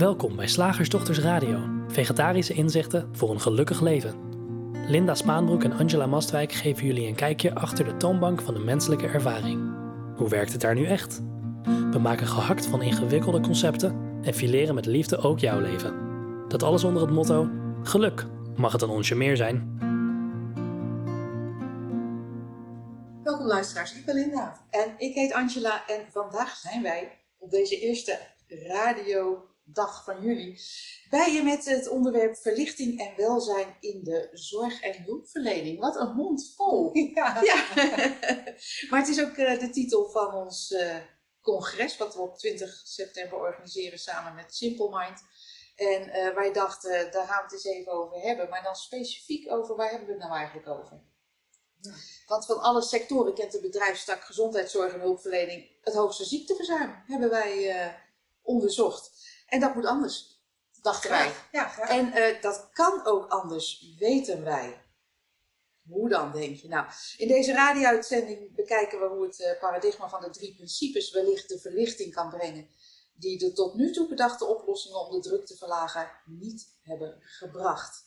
Welkom bij Slagersdochters Radio, vegetarische inzichten voor een gelukkig leven. Linda Spaanbroek en Angela Mastwijk geven jullie een kijkje achter de toonbank van de menselijke ervaring. Hoe werkt het daar nu echt? We maken gehakt van ingewikkelde concepten en fileren met liefde ook jouw leven. Dat alles onder het motto: geluk, mag het een onsje meer zijn? Welkom luisteraars, ik ben Linda. En ik heet Angela en vandaag zijn wij op deze eerste radiodag van juli bij je met het onderwerp verlichting en welzijn in de zorg- en hulpverlening. Wat een mond vol! Ja. Maar het is ook de titel van ons congres, wat we op 20 september organiseren samen met Simple Mind. En wij dachten, daar gaan we het eens even over hebben, maar dan specifiek over, waar hebben we het nou eigenlijk over? Ja. Want van alle sectoren kent de bedrijfstak gezondheidszorg en hulpverlening het hoogste ziekteverzuim, hebben wij onderzocht. En dat moet anders, dachten wij. Ja, graag. En dat kan ook anders, weten wij. Hoe dan, denk je? Nou, in deze radio-uitzending bekijken we hoe het paradigma van de 3 principes wellicht de verlichting kan brengen die de tot nu toe bedachte oplossingen om de druk te verlagen niet hebben gebracht.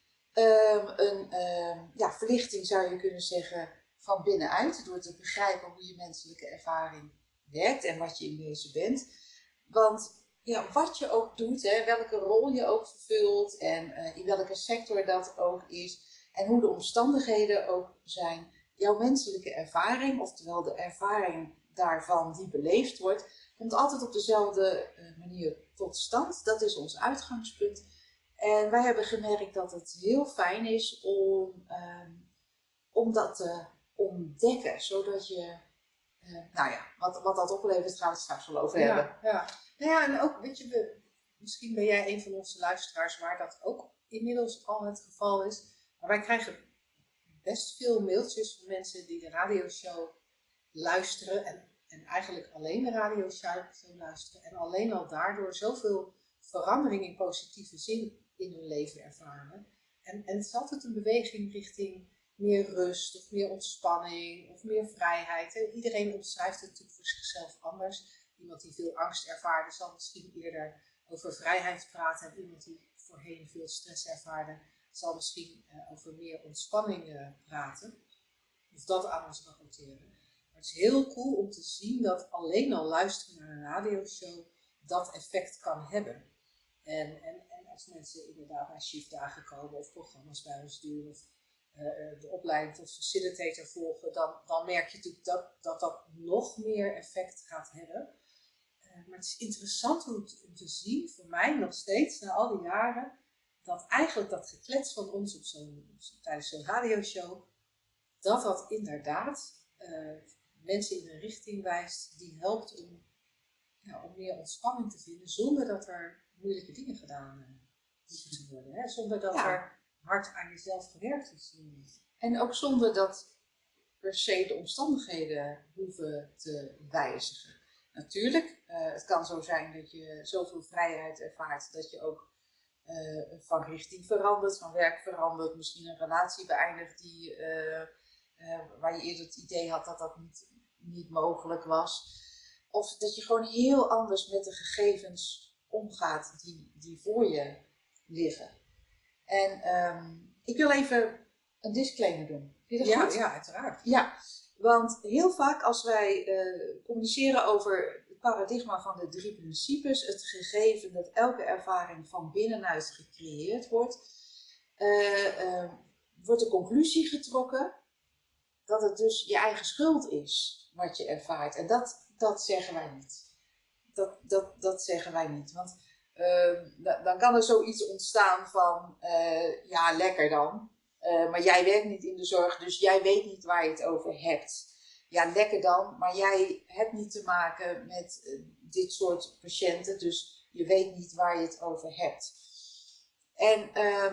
Verlichting zou je kunnen zeggen van binnenuit, door te begrijpen hoe je menselijke ervaring werkt en wat je in wezen bent. Want ja, wat je ook doet, welke rol je ook vervult en in welke sector dat ook is en hoe de omstandigheden ook zijn, jouw menselijke ervaring, oftewel de ervaring daarvan die beleefd wordt, komt altijd op dezelfde manier tot stand. Dat is ons uitgangspunt. En wij hebben gemerkt dat het heel fijn is om dat te ontdekken, zodat je, wat dat oplevert, gaan we het straks wel over hebben. Ja. Nou ja, en ook, weet je, misschien ben jij een van onze luisteraars waar dat ook inmiddels al het geval is. Maar wij krijgen best veel mailtjes van mensen die de radioshow luisteren en eigenlijk alleen de radioshow luisteren. En alleen al daardoor zoveel verandering in positieve zin in hun leven ervaren. En het is altijd een beweging richting meer rust of meer ontspanning of meer vrijheid. En iedereen omschrijft het natuurlijk voor zichzelf anders. Iemand die veel angst ervaarde zal misschien eerder over vrijheid praten. En iemand die voorheen veel stress ervaarde zal misschien over meer ontspanning praten. Of dat aan ons rapporteren. Maar het is heel cool om te zien dat alleen al luisteren naar een radioshow dat effect kan hebben. En als mensen inderdaad naar shiftdagen komen of programma's bij ons doen of de opleiding tot facilitator volgen, dan merk je natuurlijk dat nog meer effect gaat hebben. Maar het is interessant om te zien, voor mij nog steeds, na al die jaren, dat eigenlijk dat geklets van ons tijdens zo'n radioshow, dat inderdaad mensen in een richting wijst die helpt om meer ontspanning te vinden, zonder dat er moeilijke dingen gedaan hoeven te worden. Hè? Zonder dat er hard aan jezelf gewerkt is. En ook zonder dat per se de omstandigheden hoeven te wijzigen. Natuurlijk, het kan zo zijn dat je zoveel vrijheid ervaart dat je ook van richting verandert, van werk verandert, misschien een relatie beëindigt waar je eerder het idee had dat dat niet mogelijk was. Of dat je gewoon heel anders met de gegevens omgaat die voor je liggen. En ik wil even een disclaimer doen. Vind je dat goed? Ja, uiteraard. Ja, want heel vaak als wij communiceren over het paradigma van de 3 principes, het gegeven dat elke ervaring van binnenuit gecreëerd wordt, wordt de conclusie getrokken dat het dus je eigen schuld is wat je ervaart. En dat zeggen wij niet. Dat zeggen wij niet. Want dan kan er zoiets ontstaan van, lekker dan. Maar jij werkt niet in de zorg, dus jij weet niet waar je het over hebt. Ja, lekker dan, maar jij hebt niet te maken met dit soort patiënten, dus je weet niet waar je het over hebt. En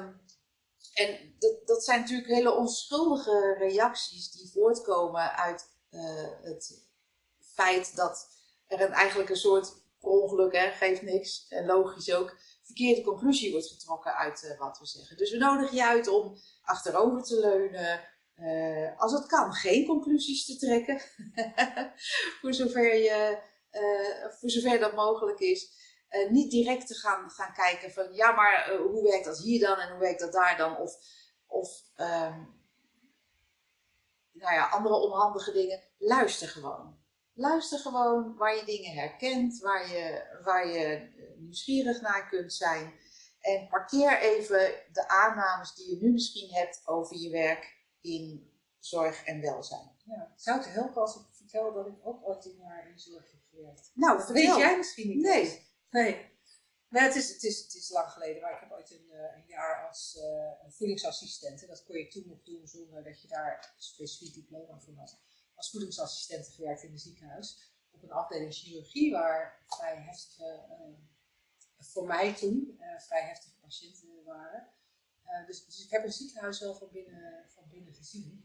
dat zijn natuurlijk hele onschuldige reacties die voortkomen uit het feit dat er eigenlijk een soort per ongeluk, geeft niks, en logisch ook, verkeerde conclusie wordt getrokken uit wat we zeggen. Dus we nodigen je uit om achterover te leunen, als het kan geen conclusies te trekken, voor zover dat mogelijk is. Niet direct te gaan kijken van ja, maar hoe werkt dat hier dan en hoe werkt dat daar dan? Of andere onhandige dingen. Luister gewoon. Luister gewoon waar je dingen herkent, waar je nieuwsgierig naar kunt zijn. En parkeer even de aannames die je nu misschien hebt over je werk in zorg en welzijn. Ja. Zou het helpen als ik vertel dat ik ook ooit 10 jaar in zorg heb gewerkt? Nou, Dat vertel. weet jij misschien niet. Nee. Nee. Nee, het is lang geleden, maar ik heb ooit een jaar als voedingsassistent. En dat kon je toen nog doen zonder dat je daar een specifiek diploma voor had. Als voedingsassistent gewerkt in een ziekenhuis. Op een afdeling chirurgie waar vrij heftige, voor mij toen, vrij heftige patiënten waren. Dus ik heb een ziekenhuis wel van binnen gezien.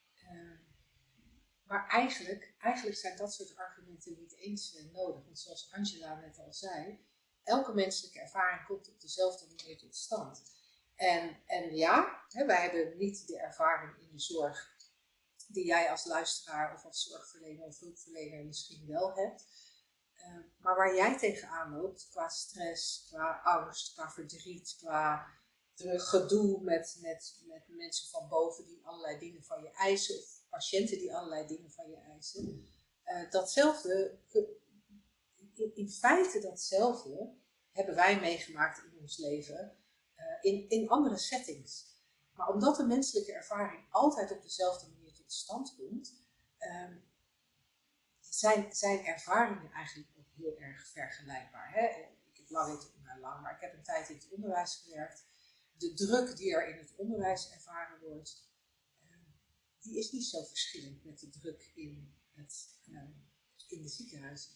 Maar eigenlijk zijn dat soort argumenten niet eens nodig. Want zoals Angela net al zei, elke menselijke ervaring komt op dezelfde manier tot stand. En ja, wij hebben niet de ervaring in de zorg die jij als luisteraar of als zorgverlener of hulpverlener misschien wel hebt. Maar waar jij tegenaan loopt qua stress, qua angst, qua verdriet, qua gedoe met mensen van boven die allerlei dingen van je eisen, of patiënten die allerlei dingen van je eisen. Datzelfde, in feite datzelfde, hebben wij meegemaakt in ons leven in andere settings. Maar omdat de menselijke ervaring altijd op dezelfde manier tot stand komt, zijn ervaringen eigenlijk ook heel erg vergelijkbaar. Hè? Ik heb maar ik heb een tijd in het onderwijs gewerkt. De druk die er in het onderwijs ervaren wordt, die is niet zo verschillend met de druk in de ziekenhuizen.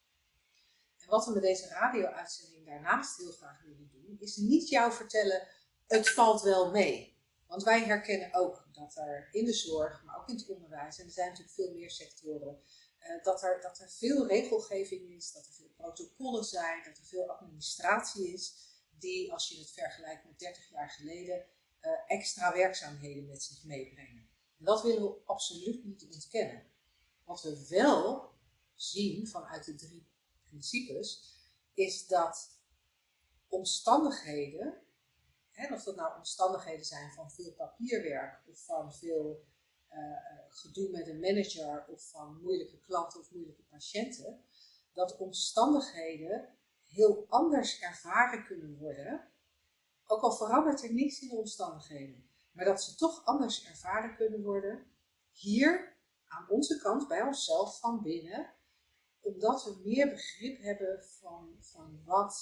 En wat we met deze radio-uitzending daarnaast heel graag willen doen, is niet jou vertellen, het valt wel mee. Want wij herkennen ook dat er in de zorg, maar ook in het onderwijs, en er zijn natuurlijk veel meer sectoren, dat er veel regelgeving is, dat er veel protocollen zijn, dat er veel administratie is, die, als je het vergelijkt met 30 jaar geleden, extra werkzaamheden met zich meebrengen. En dat willen we absoluut niet ontkennen. Wat we wel zien vanuit de 3 principes, is dat omstandigheden, en of dat nou omstandigheden zijn van veel papierwerk of van veel gedoe met een manager of van moeilijke klanten of moeilijke patiënten, dat omstandigheden heel anders ervaren kunnen worden, ook al verandert er niets in de omstandigheden, maar dat ze toch anders ervaren kunnen worden hier aan onze kant, bij onszelf van binnen, omdat we meer begrip hebben van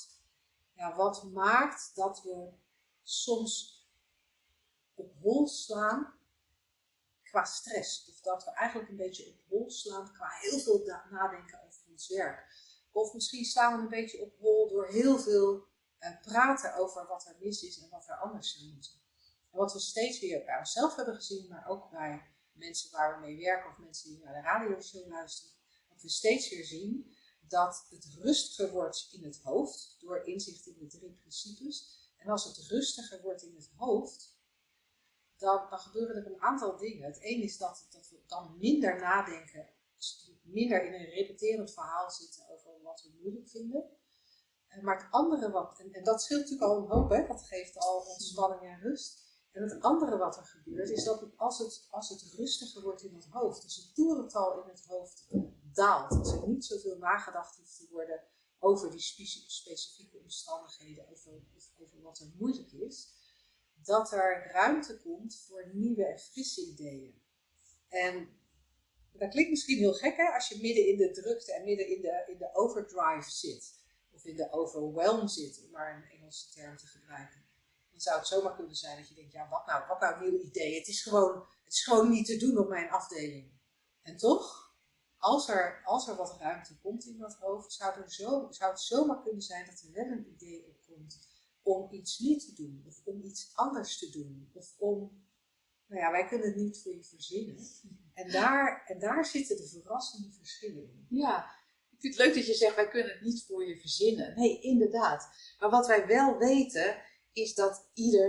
wat maakt dat we soms op hol slaan qua stress. Of dat we eigenlijk een beetje op hol slaan qua heel veel nadenken over ons werk. Of misschien slaan we een beetje op hol door heel veel praten over wat er mis is en wat er anders zou moeten. En wat we steeds weer bij onszelf hebben gezien, maar ook bij mensen waar we mee werken of mensen die naar de radioshow luisteren. Wat we steeds weer zien, dat het rustiger wordt in het hoofd door inzicht in de 3 principes. En als het rustiger wordt in het hoofd, dan gebeuren er een aantal dingen. Het een is dat we dan minder nadenken, minder in een repeterend verhaal zitten over wat we moeilijk vinden. Maar het andere en dat scheelt natuurlijk al een hoop, hè? Dat geeft al ontspanning en rust. En het andere wat er gebeurt, is dat als het rustiger wordt in het hoofd, dus het toerental in het hoofd daalt, als er niet zoveel nagedacht hoeft te worden over die specifieke omstandigheden, over wat er moeilijk is, dat er ruimte komt voor nieuwe en frisse ideeën. En dat klinkt misschien heel gek, hè, als je midden in de drukte en midden in de overdrive zit, of in de overwhelm zit, om maar een Engelse term te gebruiken. Dan zou het zomaar kunnen zijn dat je denkt, ja, wat nou nieuw idee? Het is gewoon niet te doen op mijn afdeling. En toch, als er wat ruimte komt in dat hoofd, zou het zomaar kunnen zijn dat er wel een idee opkomt om iets niet te doen, of om iets anders te doen, of om, wij kunnen het niet voor je verzinnen. En daar zitten de verrassende verschillen in. Ja, ik vind het leuk dat je zegt, wij kunnen het niet voor je verzinnen. Nee, inderdaad. Maar wat wij wel weten, is dat ieder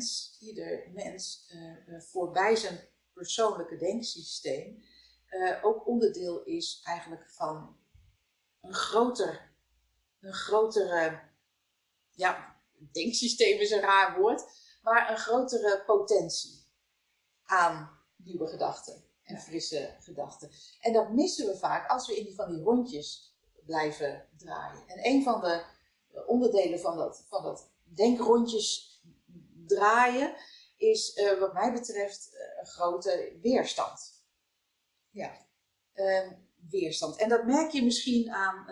mens voorbij zijn persoonlijke denksysteem ook onderdeel is eigenlijk van een grotere, ja, denksysteem is een raar woord, maar een grotere potentie aan nieuwe gedachten en frisse gedachten. En dat missen we vaak als we in van die rondjes blijven draaien. En een van de onderdelen van dat denkrondjes draaien is wat mij betreft een grote weerstand. Ja, weerstand. En dat merk je misschien aan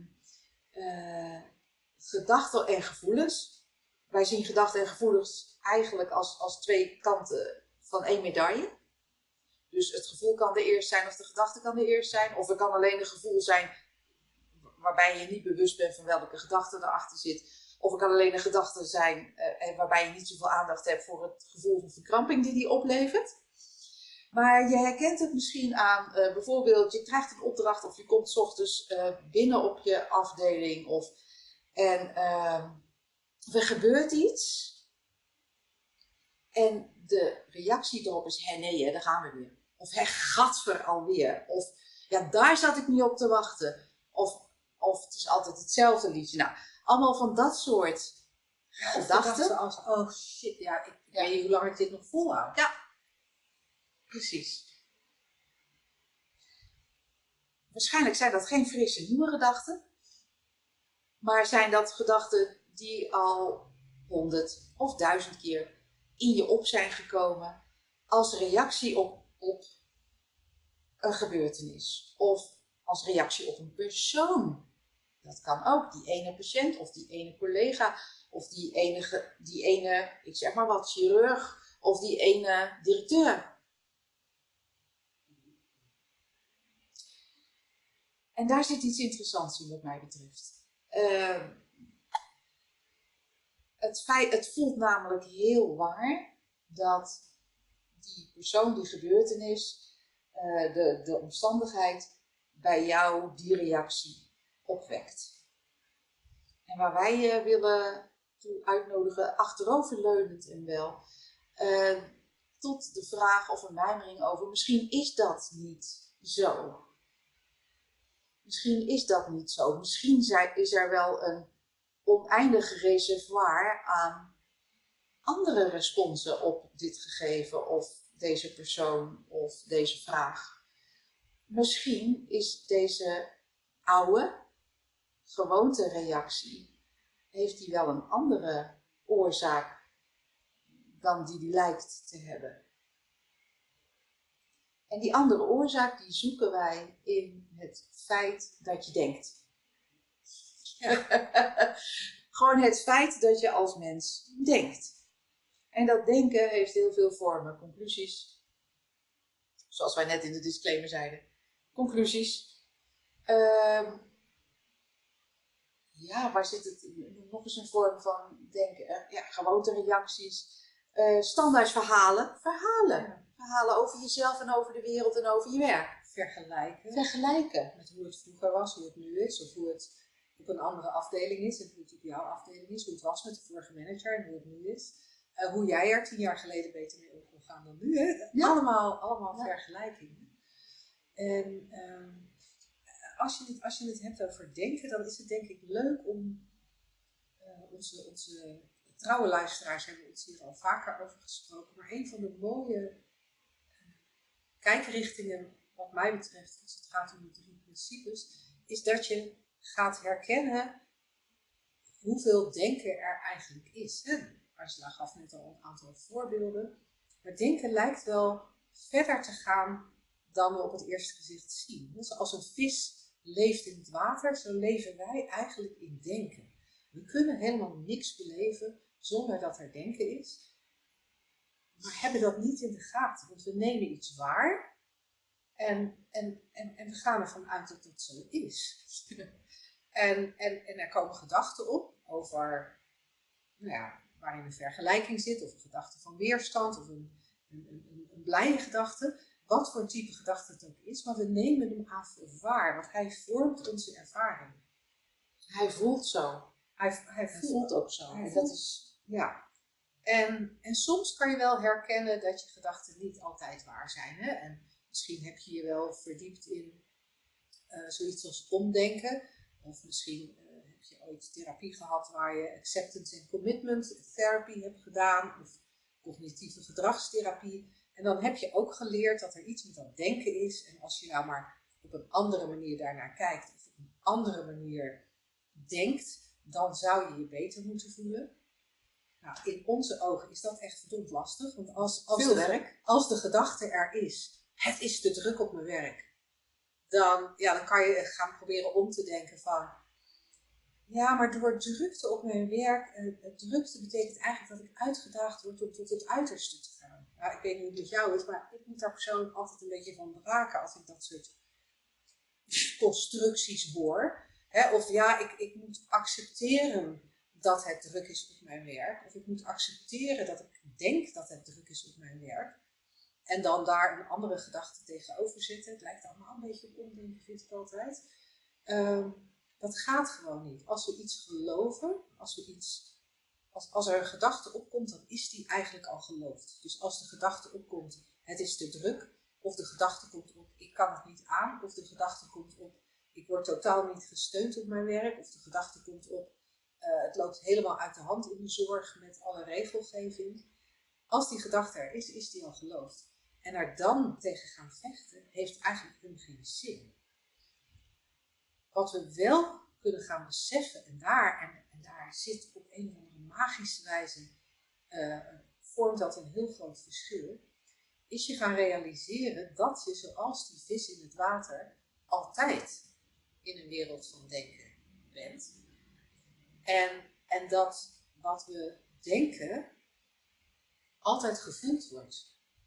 gedachten en gevoelens. Wij zien gedachten en gevoelens eigenlijk als twee kanten van één medaille. Dus het gevoel kan er eerst zijn of de gedachte kan er eerst zijn. Of er kan alleen een gevoel zijn waarbij je niet bewust bent van welke gedachte erachter zit. Of er kan alleen een gedachte zijn waarbij je niet zoveel aandacht hebt voor het gevoel van verkramping die oplevert. Maar je herkent het misschien aan bijvoorbeeld, je krijgt een opdracht of je komt 's ochtends binnen op je afdeling en er gebeurt iets. En de reactie erop is, nee, daar gaan we weer. Of gadver alweer. Of, ja, daar zat ik niet op te wachten. Of het is altijd hetzelfde liedje. Nou, allemaal van dat soort gedachten. Als, oh shit, ja, ik weet niet hoe lang ik dit nog volhoud. Ja, precies. Waarschijnlijk zijn dat geen frisse nieuwe gedachten. Maar zijn dat gedachten die al 100 of 1000 keer in je op zijn gekomen als reactie op een gebeurtenis. Of als reactie op een persoon. Dat kan ook, die ene patiënt of die ene collega of die ene, ik zeg maar wat, chirurg of die ene directeur. En daar zit iets interessants in wat mij betreft. Het voelt namelijk heel waar dat die persoon, die gebeurtenis, de omstandigheid bij jou die reactie opwekt. En waar wij je willen toe uitnodigen, achteroverleunend en wel, tot de vraag of een mijmering over, misschien is dat niet zo. Misschien is dat niet zo. Misschien is er wel een oneindig reservoir aan andere responsen op dit gegeven of deze persoon of deze vraag. Misschien is deze oude gewoontereactie, heeft die wel een andere oorzaak dan die lijkt te hebben. En die andere oorzaak die zoeken wij in het feit dat je denkt. Ja. Gewoon het feit dat je als mens denkt. En dat denken heeft heel veel vormen. Conclusies. Zoals wij net in de disclaimer zeiden. Conclusies. Ja, waar zit het? Nog eens een vorm van denken. Gewoontereacties. Standaard verhalen. Ja. Verhalen over jezelf en over de wereld en over je werk. Vergelijken. Met hoe het vroeger was, hoe het nu is. Of hoe het op een andere afdeling is. En hoe het op jouw afdeling is. Hoe het was met de vorige manager en hoe het nu is. Hoe jij er 10 jaar geleden beter mee om kon gaan dan nu. Hè? Ja. Allemaal vergelijkingen. En als je het hebt over denken, dan is het denk ik leuk om onze trouwe luisteraars hebben ons hier al vaker over gesproken. Maar een van de mooie kijkrichtingen wat mij betreft, als het gaat om de 3 principes, is dat je gaat herkennen hoeveel denken er eigenlijk is. Angela gaf net al een aantal voorbeelden. Maar denken lijkt wel verder te gaan dan we op het eerste gezicht zien. Dus als een vis leeft in het water, zo leven wij eigenlijk in denken. We kunnen helemaal niks beleven zonder dat er denken is. Maar hebben dat niet in de gaten. Want we nemen iets waar en we gaan ervan uit dat dat zo is. en er komen gedachten op over waarin een vergelijking zit, of een gedachte van weerstand, of een blije gedachte. Wat voor een type gedachte het ook is, maar we nemen hem aan voor waar, want hij vormt onze ervaring. Hij voelt zo. Hij voelt ook zo. En dat is, ja. En soms kan je wel herkennen dat je gedachten niet altijd waar zijn. Hè? En misschien heb je je wel verdiept in zoiets als omdenken. Of misschien heb heb je ooit therapie gehad waar je acceptance en commitment therapy hebt gedaan, of cognitieve gedragstherapie. En dan heb je ook geleerd dat er iets met dat denken is. En als je nou maar op een andere manier daarnaar kijkt, of op een andere manier denkt, dan zou je je beter moeten voelen. Nou, in onze ogen is dat echt verdomd lastig. Want Veel werk. als de gedachte er is, het is te druk op mijn werk. Dan kan je gaan proberen om te denken van, ja, maar door drukte op mijn werk, drukte betekent eigenlijk dat ik uitgedaagd word om tot het uiterste te gaan. Nou, ik weet niet hoe het met jou is, maar ik moet daar persoonlijk altijd een beetje van braken als ik dat soort constructies hoor. Of ik moet accepteren dat het druk is op mijn werk. Of ik moet accepteren dat ik denk dat het druk is op mijn werk. En dan daar een andere gedachte tegenover zetten. Het lijkt allemaal een beetje op omdenken, vind ik altijd. Dat gaat gewoon niet. Als we iets geloven, als er een gedachte opkomt, dan is die eigenlijk al geloofd. Dus als de gedachte opkomt, het is te druk. Of de gedachte komt op, ik kan het niet aan. Of de gedachte komt op, ik word totaal niet gesteund op mijn werk. Of de gedachte komt op, het loopt helemaal uit de hand in de zorg met alle regelgeving. Als die gedachte er is, is die al geloofd. En er dan tegen gaan vechten, heeft eigenlijk helemaal geen zin. Wat we wel kunnen gaan beseffen, en daar zit op een of andere magische wijze, vormt dat een heel groot verschil, is je gaan realiseren dat je zoals die vis in het water altijd in een wereld van denken bent. En dat wat we denken altijd gevoeld wordt.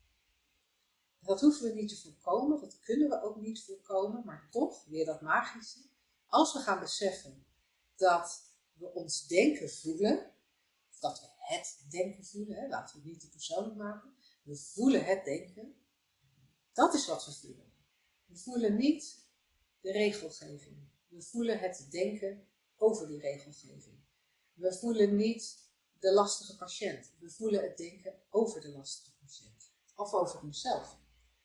Dat hoeven we niet te voorkomen, dat kunnen we ook niet voorkomen, maar toch, weer dat magische. Als we gaan beseffen dat we ons denken voelen, of dat we het denken voelen, laten we het niet te persoonlijk maken, we voelen het denken, dat is wat we voelen. We voelen niet de regelgeving, we voelen het denken over die regelgeving. We voelen niet de lastige patiënt, we voelen het denken over de lastige patiënt. Of over onszelf.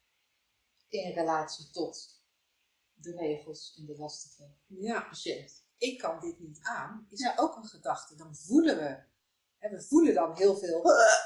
In relatie tot de regels en de lastige patiënt. Ik kan dit niet aan, is ook een gedachte. Dan voelen we. We voelen dan heel veel.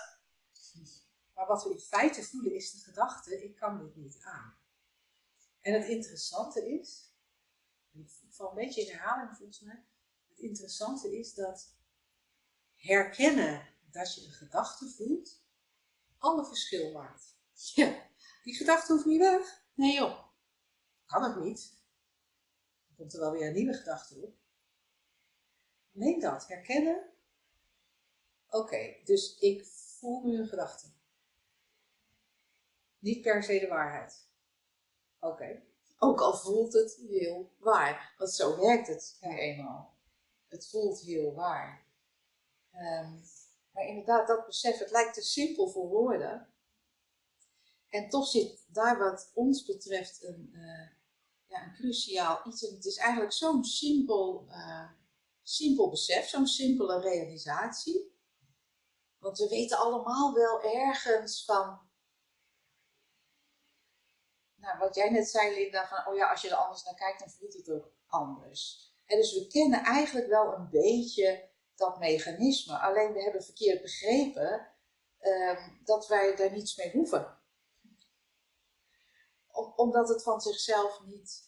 Maar wat we in feite voelen is de gedachte, ik kan dit niet aan. En het interessante is, ik val een beetje in herhaling volgens mij. Het interessante is dat herkennen dat je een gedachte voelt, alle verschil maakt. Ja. Die gedachte hoeft niet weg. Nee joh. Kan het niet. Dan komt er wel weer een nieuwe gedachte op. Alleen dat, herkennen. Oké, dus ik voel nu een gedachte. Niet per se de waarheid. Oké. Ook al voelt het heel waar. Want zo werkt het nu eenmaal. Het voelt heel waar. Maar inderdaad, dat besef, het lijkt te simpel voor woorden. En toch zit daar wat ons betreft een cruciaal iets. En het is eigenlijk zo'n simpel besef, zo'n simpele realisatie. Want we weten allemaal wel ergens van, nou, wat jij net zei, Linda, van als je er anders naar kijkt, dan voelt het ook anders. En dus we kennen eigenlijk wel een beetje dat mechanisme. Alleen we hebben verkeerd begrepen dat wij daar niets mee hoeven. Omdat het van zichzelf niet,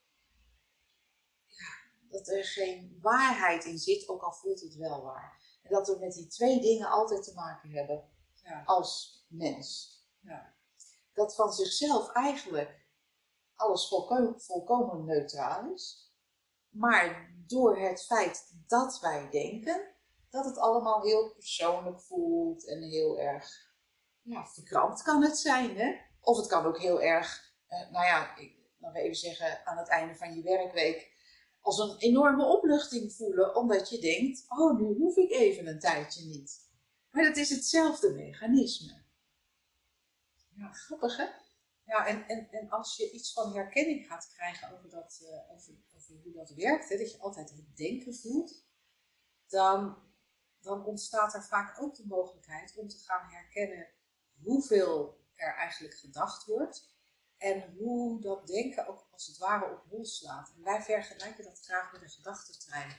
dat er geen waarheid in zit, ook al voelt het wel waar. En dat we met die twee dingen altijd te maken hebben als mens. Ja. Dat van zichzelf eigenlijk alles volkomen neutraal is. Maar door het feit dat wij denken, dat het allemaal heel persoonlijk voelt en heel erg verkrampt kan het zijn. Hè? Of het kan ook heel erg, laten we even zeggen, aan het einde van je werkweek als een enorme opluchting voelen, omdat je denkt, nu hoef ik even een tijdje niet. Maar dat is hetzelfde mechanisme. Ja. Grappig, hè? Ja, en als je iets van herkenning gaat krijgen over hoe dat werkt, dat je altijd het denken voelt, dan ontstaat er vaak ook de mogelijkheid om te gaan herkennen hoeveel er eigenlijk gedacht wordt en hoe dat denken ook als het ware op hol slaat. En wij vergelijken dat graag met een gedachtentrein.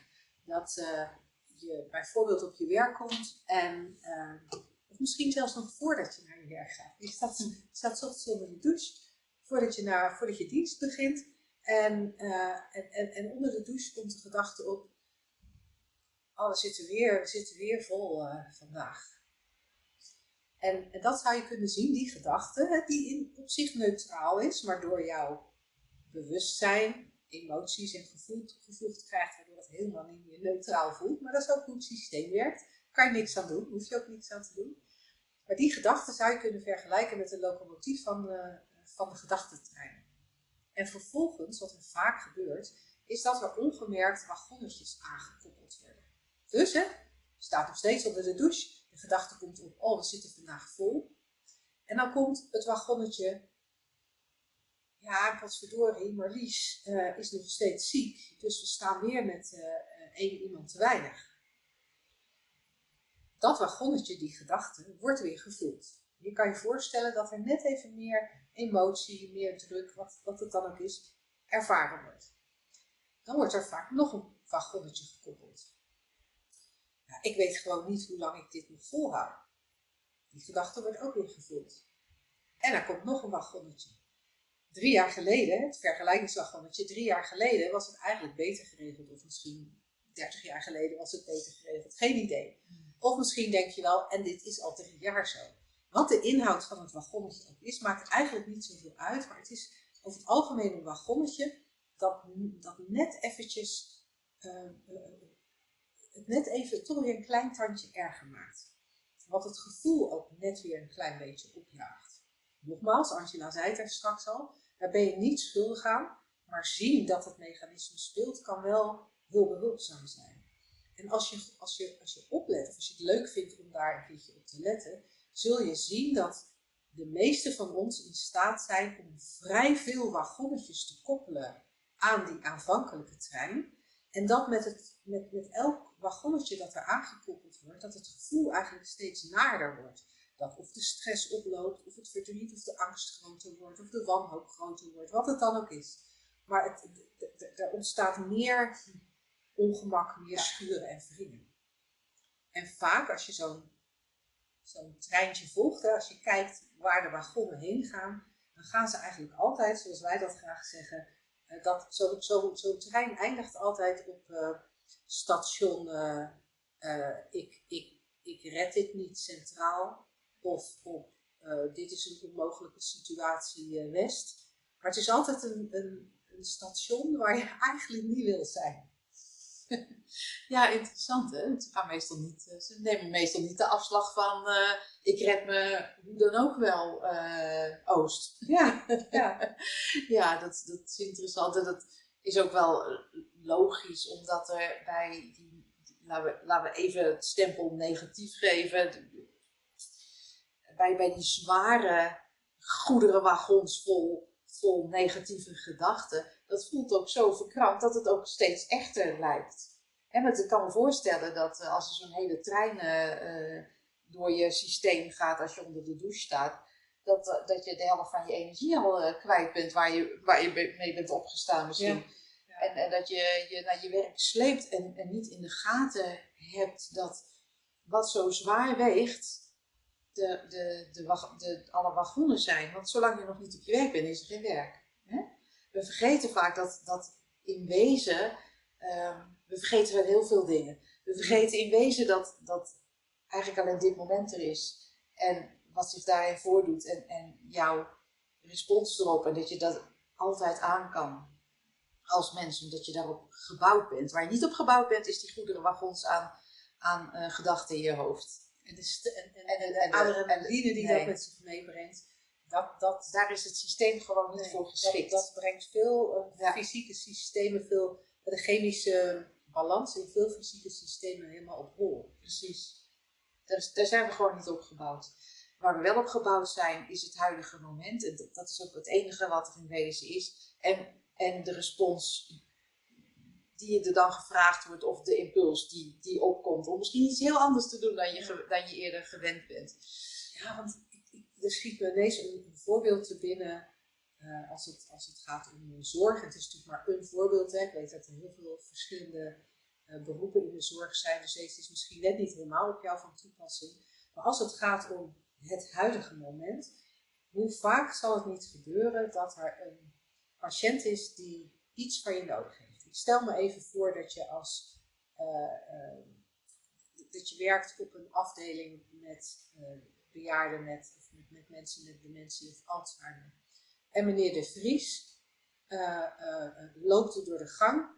dat je bijvoorbeeld op je werk komt en of misschien zelfs nog voordat je naar je werk gaat. Je staat 's ochtends onder de douche voordat je dienst begint en onder de douche komt de gedachte op: oh, we zitten weer vol vandaag. En dat zou je kunnen zien, die gedachte, die op zich neutraal is, maar door jouw bewustzijn, emoties en gevoel krijgt, waardoor het helemaal niet meer neutraal voelt. Maar dat is ook hoe het systeem werkt. Daar kan je niks aan doen, hoef je ook niks aan te doen. Maar die gedachte zou je kunnen vergelijken met de locomotief van de gedachtentrein. En vervolgens, wat er vaak gebeurt, is dat er ongemerkt wagonnetjes aangekoppeld worden. Dus je staat nog steeds onder de douche. De gedachte komt op: oh, we zitten vandaag vol. En dan komt het wagonnetje: ja, potverdorie, Marlies is nog steeds ziek. Dus we staan weer met 1 iemand te weinig. Dat wagonnetje, die gedachte, wordt weer gevoeld. Je kan je voorstellen dat er net even meer emotie, meer druk, wat het dan ook is, ervaren wordt. Dan wordt er vaak nog een wagonnetje gekoppeld. Ja, ik weet gewoon niet hoe lang ik dit nog volhoud. Die gedachte wordt ook weer gevoeld. En er komt nog een wagonnetje. 3 jaar geleden, het vergelijkingswagonnetje, 3 jaar geleden was het eigenlijk beter geregeld. Of misschien 30 jaar geleden was het beter geregeld. Geen idee. Of misschien denk je wel, en dit is al 3 jaar zo. Wat de inhoud van het wagonnetje ook is, maakt eigenlijk niet zoveel uit. Maar het is over het algemeen een wagonnetje dat net eventjes, het net even toch weer een klein tandje erger maakt. Wat het gevoel ook net weer een klein beetje opjaagt. Nogmaals, Angela zei het er straks al, daar ben je niet schuldig aan. Maar zien dat het mechanisme speelt kan wel heel behulpzaam zijn. En als je oplet, of als je het leuk vindt om daar een keertje op te letten, zul je zien dat de meeste van ons in staat zijn om vrij veel wagonnetjes te koppelen aan die aanvankelijke trein. En dat met elk wagonnetje dat er aangekoppeld wordt, dat het gevoel eigenlijk steeds naarder wordt. Dat of de stress oploopt, of het verdriet of de angst groter wordt, of de wanhoop groter wordt, wat het dan ook is. Maar er ontstaat meer ongemak, meer schuren en wringen. En vaak als je zo'n treintje volgt, als je kijkt waar de wagonnen heen gaan, dan gaan ze eigenlijk altijd, zoals wij dat graag zeggen, zo'n trein eindigt altijd op station ik red dit niet centraal, of op dit is een onmogelijke situatie West. Maar het is altijd een station waar je eigenlijk niet wil zijn. Ja, interessant hè. Ze nemen meestal niet de afslag van ik red me hoe dan ook wel Oost. Ja. Ja, dat is interessant. En dat is ook wel logisch, omdat er bij laten we even het stempel negatief geven. Bij die zware goederenwagons vol negatieve gedachten, dat voelt ook zo verkrampt dat het ook steeds echter lijkt. En ik kan me voorstellen dat als er zo'n hele trein door je systeem gaat als je onder de douche staat, dat je de helft van je energie al kwijt bent waar je mee bent opgestaan misschien. Ja. En dat je naar je werk sleept en niet in de gaten hebt dat wat zo zwaar weegt alle wagonnen zijn. Want zolang je nog niet op je werk bent, is er geen werk. Hè? We vergeten vaak dat in wezen, we vergeten wel heel veel dingen. We vergeten in wezen dat eigenlijk alleen dit moment er is. En wat zich daarin voordoet en jouw respons erop. En dat je dat altijd aan kan als mens, omdat je daarop gebouwd bent. Waar je niet op gebouwd bent, is die goederenwagons aan gedachten in je hoofd. En de adrenaline die dat met zich meebrengt, daar is het systeem gewoon niet voor geschikt. Dat brengt veel fysieke systemen, de chemische balans in veel fysieke systemen helemaal op hol. Precies. Daar zijn we gewoon niet op gebouwd. Waar we wel op gebouwd zijn, is het huidige moment. En dat is ook het enige wat er in wezen is. En de respons die er dan gevraagd wordt, of de impuls die opkomt, om misschien iets heel anders te doen dan je eerder gewend bent. Ja, want er schiet me ineens een voorbeeld te binnen als het gaat om zorg. Het is natuurlijk maar een voorbeeld. Hè. Ik weet dat er heel veel verschillende beroepen in de zorg zijn. Dus deze is misschien net niet helemaal op jou van toepassing. Maar als het gaat om het huidige moment, hoe vaak zal het niet gebeuren dat er een patiënt is die iets van je nodig heeft? Ik stel me even voor dat je dat je werkt op een afdeling met bejaarden met mensen met dementie of Alzheimer. En meneer De Vries loopt er door de gang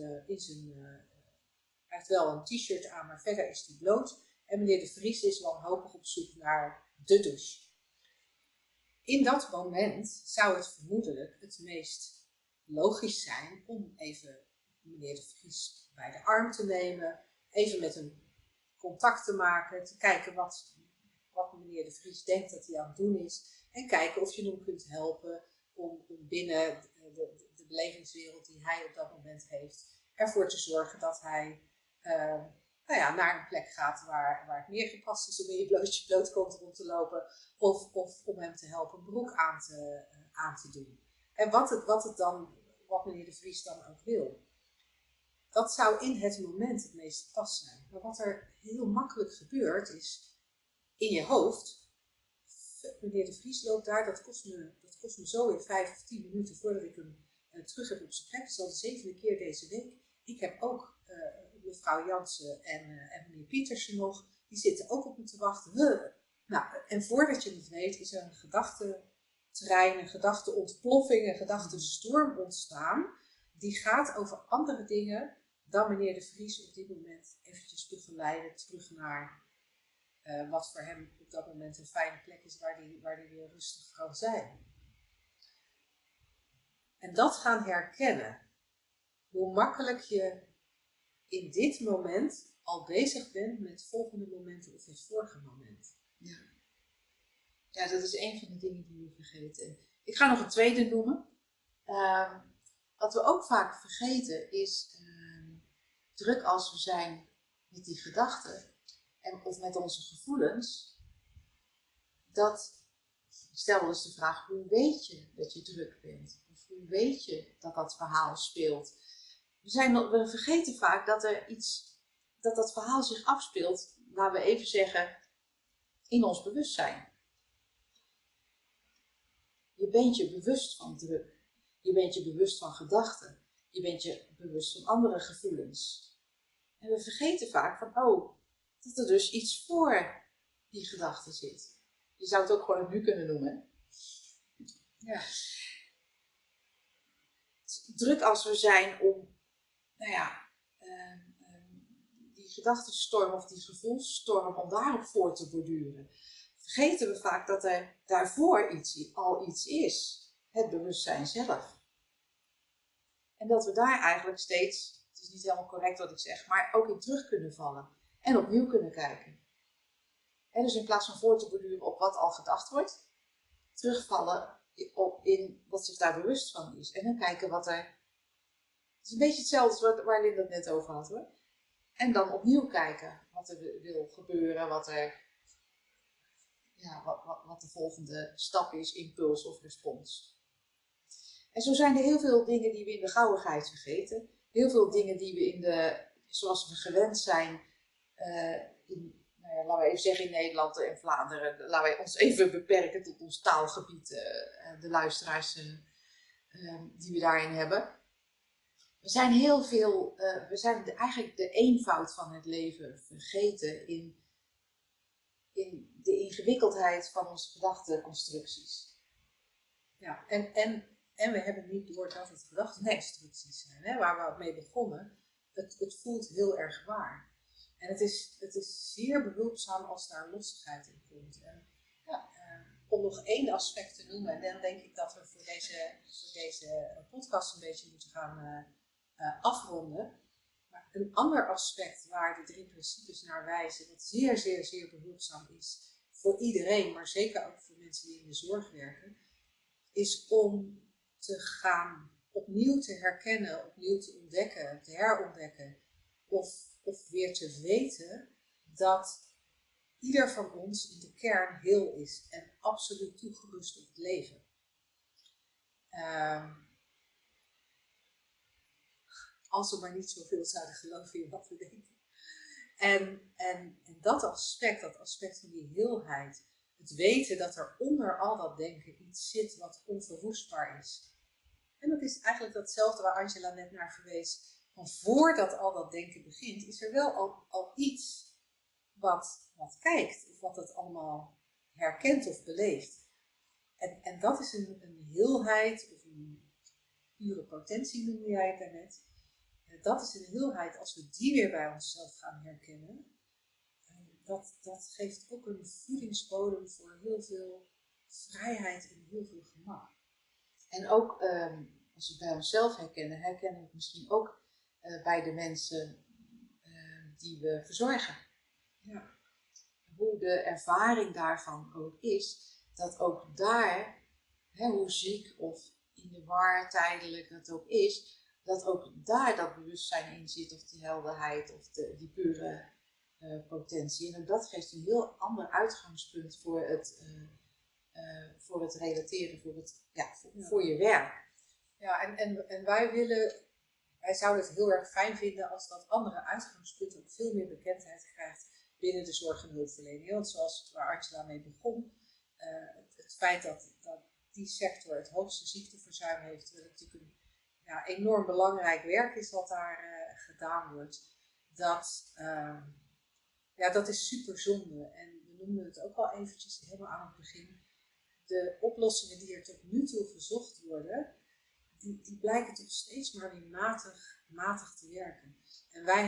hij heeft wel een t-shirt aan, maar verder is hij bloot. En meneer De Vries is wanhopig op zoek naar de douche. In dat moment zou het vermoedelijk het meest logisch zijn om even meneer De Vries bij de arm te nemen, even met hem contact te maken, te kijken wat meneer De Vries denkt dat hij aan het doen is en kijken of je hem kunt helpen om binnen de belevingswereld die hij op dat moment heeft, ervoor te zorgen dat hij naar een plek gaat waar het meer gepast is om in je blootje bloot komt rond te lopen of om hem te helpen een broek aan te doen. En wat meneer De Vries dan ook wil. Dat zou in het moment het meest gepast zijn. Maar wat er heel makkelijk gebeurt is, in je hoofd, meneer De Vries loopt daar, dat kost me zo in 5 of 10 minuten voordat ik hem terug heb op zijn plek. Dat is al de 7e keer deze week. Ik heb ook mevrouw Jansen en meneer Pietersen nog, die zitten ook op me te wachten. Nou, en voordat je het weet is er een gedachtentrein, een gedachteontploffing, een gedachtenstorm ontstaan. Die gaat over andere dingen dan meneer De Vries op dit moment eventjes begeleiden terug naar wat voor hem op dat moment een fijne plek is waar hij weer rustig kan zijn. En dat gaan herkennen, hoe makkelijk je in dit moment al bezig bent met volgende momenten of het vorige moment. Ja, dat is een van de dingen die we vergeten. Ik ga nog een tweede noemen. Wat we ook vaak vergeten is, druk als we zijn met die gedachten of met onze gevoelens, stel eens de vraag, hoe weet je dat je druk bent? Of hoe weet je dat dat verhaal speelt? We vergeten vaak dat verhaal zich afspeelt, laten we even zeggen, in ons bewustzijn. Je bent je bewust van druk. Je bent je bewust van gedachten. Je bent je bewust van andere gevoelens. En we vergeten vaak dat er dus iets voor die gedachte zit. Je zou het ook gewoon het nu kunnen noemen. Ja. Druk als we zijn om, die gedachtenstorm of die gevoelsstorm, om daarop voor te borduren. Vergeten we vaak dat er daarvoor al iets is. Het bewustzijn zelf. En dat we daar eigenlijk steeds, het is niet helemaal correct wat ik zeg, maar ook in terug kunnen vallen. En opnieuw kunnen kijken. En dus in plaats van voor te borduren op wat al gedacht wordt, terugvallen in wat zich daar bewust van is. En dan kijken wat er... Het is een beetje hetzelfde waar Linda het net over had, hoor. En dan opnieuw kijken wat er wil gebeuren, wat de volgende stap is, impuls of respons. En zo zijn er heel veel dingen die we in de gauwigheid vergeten. Heel veel dingen die we zoals we gewend zijn, laten we even zeggen in Nederland en Vlaanderen, laten we ons even beperken tot ons taalgebied, de luisteraars die we daarin hebben. We zijn eigenlijk de eenvoud van het leven vergeten in de ingewikkeldheid van onze gedachteconstructies. Ja, en we hebben niet door dat het gedachteconstructies zijn, hè, waar we mee begonnen. Het voelt heel erg waar. En het is zeer behulpzaam als daar lossigheid in komt. En, om nog 1 aspect te noemen, en dan denk ik dat we voor deze podcast een beetje moeten gaan afronden. Maar een ander aspect waar de 3 principes naar wijzen, dat zeer, zeer, zeer behulpzaam is voor iedereen, maar zeker ook voor mensen die in de zorg werken, is om te gaan opnieuw te herkennen, opnieuw te ontdekken, te herontdekken of weer te weten dat ieder van ons in de kern heel is en absoluut toegerust op het leven. als we maar niet zoveel zouden geloven in wat we denken. En dat aspect van die heelheid, het weten dat er onder al dat denken iets zit wat onverwoestbaar is. En dat is eigenlijk datzelfde waar Angela net naar verwees. Van voordat al dat denken begint, is er wel al iets wat kijkt. Of wat het allemaal herkent of beleeft. En dat is een heelheid, of een pure potentie noemde jij het daarnet. Dat is een heelheid, als we die weer bij onszelf gaan herkennen. Dat geeft ook een voedingsbodem voor heel veel vrijheid en heel veel gemak. En ook als we het bij onszelf herkennen we het misschien ook bij de mensen die we verzorgen. Ja. Hoe de ervaring daarvan ook is, dat ook daar, hoe ziek of in de war tijdelijk het ook is, dat ook daar dat bewustzijn in zit, of die helderheid, of die pure potentie. En ook dat geeft een heel ander uitgangspunt voor het relateren, voor je werk. Ja, en wij zouden het heel erg fijn vinden als dat andere uitgangspunt ook veel meer bekendheid krijgt binnen de zorg- en hulpverlening. Want zoals waar Angela mee begon, het feit dat die sector het hoogste ziekteverzuim heeft, dat het natuurlijk een enorm belangrijk werk is wat daar gedaan wordt, dat is super zonde. En we noemden het ook al eventjes helemaal aan het begin. De oplossingen die er tot nu toe gezocht worden, die blijken toch steeds maar weer matig te werken. En wij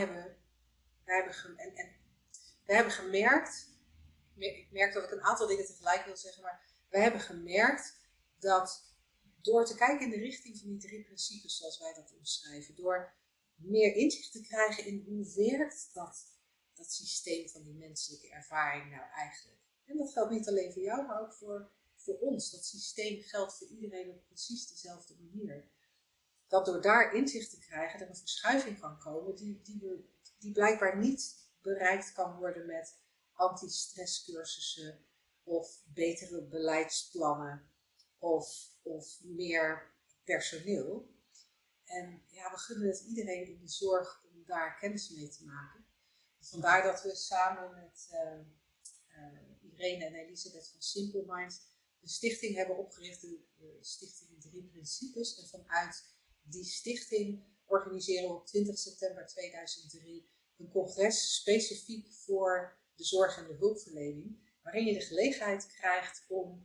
hebben gemerkt, ik merk dat ik een aantal dingen tegelijk wil zeggen, maar wij hebben gemerkt dat door te kijken in de richting van die 3 principes zoals wij dat omschrijven, door meer inzicht te krijgen in hoe werkt dat systeem van die menselijke ervaring nou eigenlijk. En dat geldt niet alleen voor jou, maar ook voor ons. Dat systeem geldt voor iedereen op precies dezelfde manier. Dat door daar inzicht te krijgen er een verschuiving kan komen die blijkbaar niet bereikt kan worden met anti-stresscursussen of betere beleidsplannen of meer personeel. En we gunnen het iedereen in de zorg om daar kennis mee te maken. Vandaar dat we samen met Irene en Elisabeth van Simple Minds een stichting hebben opgericht, de stichting 3 Principes. En vanuit die stichting organiseren we op 20 september 2003 een congres specifiek voor de zorg en de hulpverlening, waarin je de gelegenheid krijgt om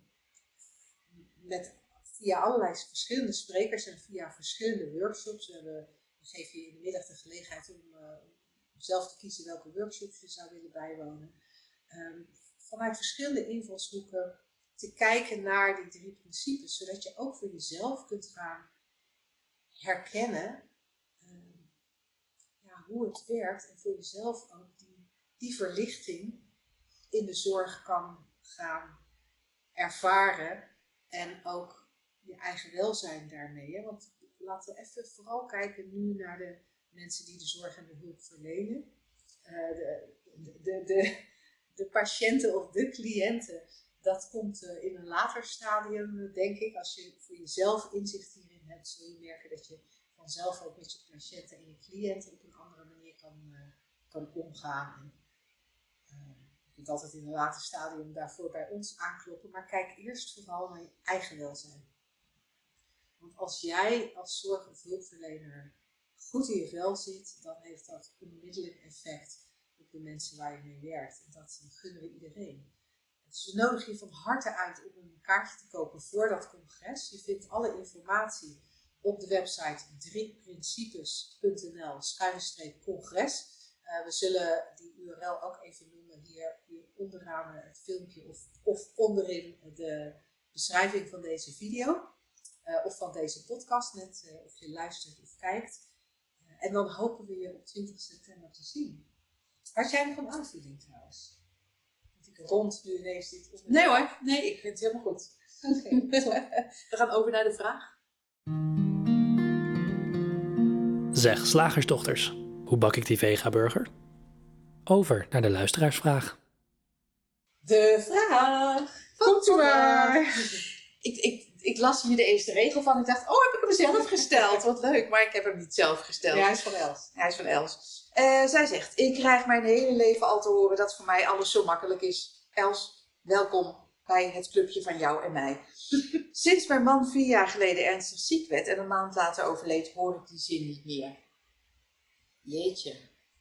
via allerlei verschillende sprekers en via verschillende workshops, we geven je in de middag de gelegenheid om zelf te kiezen welke workshops je zou willen bijwonen, vanuit verschillende invalshoeken te kijken naar die 3 principes, zodat je ook voor jezelf kunt gaan herkennen hoe het werkt en voor jezelf ook die verlichting in de zorg kan gaan ervaren en ook je eigen welzijn daarmee. Hè? Want laten we even vooral kijken nu naar de mensen die de zorg en de hulp verlenen. De patiënten of de cliënten, dat komt in een later stadium, denk ik. Als je voor jezelf inzicht hierin hebt, zul je merken dat je vanzelf ook met je patiënten en je cliënten op een andere manier kan omgaan. Je kunt altijd in een later stadium daarvoor bij ons aankloppen, maar kijk eerst vooral naar je eigen welzijn. Want als jij als zorg- of hulpverlener goed in je vel zit, dan heeft dat onmiddellijk effect op de mensen waar je mee werkt. En dat gunnen we iedereen. Dus we nodigen je van harte uit om een kaartje te kopen voor dat congres. Je vindt alle informatie op de website 3principes.nl/congres. We zullen die URL ook even noemen hier onderaan het filmpje of onderin de beschrijving van deze video. Of van deze podcast, net of je luistert of kijkt. En dan hopen we je op 20 september te zien. Had jij nog een aanvulling trouwens? Want ik rond nu ineens dit op. Nee hoor, nee, ik vind het helemaal goed. Okay, we gaan over naar de vraag. Zeg, slagersdochters, hoe bak ik die vega-burger? Over naar de luisteraarsvraag. De vraag! Komt u maar! Ik las hier de eerste regel van. Ik dacht, oh, heb ik hem zelf gesteld? Wat leuk, maar ik heb hem niet zelf gesteld. Ja, hij is van Els. Hij is van Els. Zij zegt, ik krijg mijn hele leven al te horen dat voor mij alles zo makkelijk is. Els, welkom bij het clubje van jou en mij. Sinds mijn man 4 jaar geleden ernstig ziek werd en een maand later overleed, hoor ik die zin niet meer. Jeetje.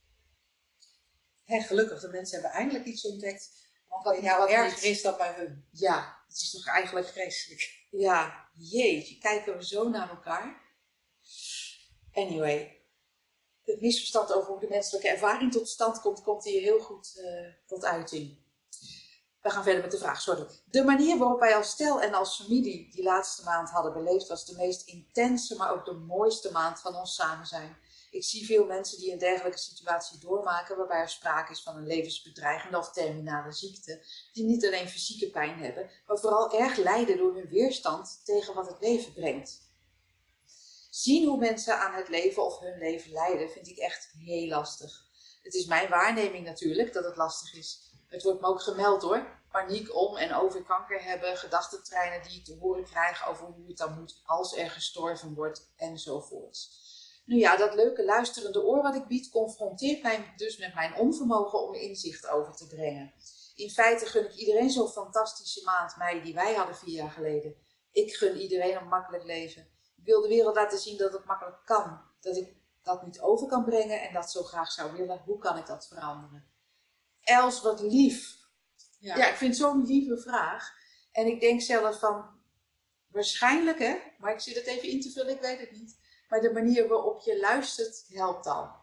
En gelukkig, de mensen hebben eindelijk iets ontdekt Want wat wat jou erger niet. is dan bij hun. Ja, het is toch eigenlijk Vreselijk. Ja, jeetje, kijken we zo naar elkaar. Anyway, het misverstand over hoe de menselijke ervaring tot stand komt, komt hier heel goed tot uiting. We gaan verder met de vraag, sorry. De manier waarop wij als stel en als familie die laatste maand hadden beleefd, was de meest intense, maar ook de mooiste maand van ons samen zijn. Ik zie veel mensen die een dergelijke situatie doormaken, waarbij er sprake is van een levensbedreigende of terminale ziekte, die niet alleen fysieke pijn hebben, maar vooral erg lijden door hun weerstand tegen wat het leven brengt. Zien hoe mensen aan het leven of hun leven lijden, vind ik echt heel lastig. Het is mijn waarneming natuurlijk dat het lastig is. Het wordt me ook gemeld hoor. Paniek om en over kanker hebben, gedachtentreinen die ik te horen krijg over hoe het dan moet als er gestorven wordt enzovoorts. Nu ja, dat leuke luisterende oor wat ik bied, confronteert mij dus met mijn onvermogen om inzicht over te brengen. In feite gun ik iedereen zo'n fantastische maand mei die wij hadden 4 jaar geleden. Ik gun iedereen een makkelijk leven. Ik wil de wereld laten zien dat het makkelijk kan. Dat ik dat niet over kan brengen en dat zo graag zou willen. Hoe kan ik dat veranderen? Els, wat lief. Ja, ik vind het zo'n lieve vraag. En ik denk zelf van, waarschijnlijk hè, maar ik zit het even in te vullen, ik weet het niet. Maar de manier waarop je luistert, helpt al.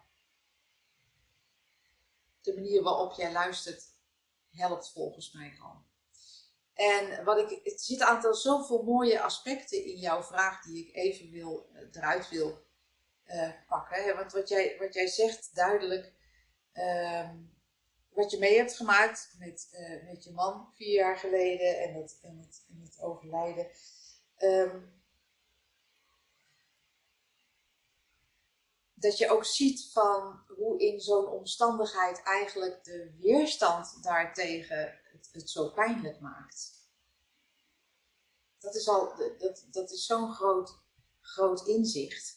De manier waarop jij luistert, helpt volgens mij al. En het zit een aantal zoveel mooie aspecten in jouw vraag die ik even eruit wil pakken. Hè? Want wat jij zegt duidelijk, wat je mee hebt gemaakt met je man 4 jaar geleden en het overlijden. Dat je ook ziet van hoe in zo'n omstandigheid eigenlijk de weerstand daartegen het zo pijnlijk maakt. Dat is zo'n groot inzicht.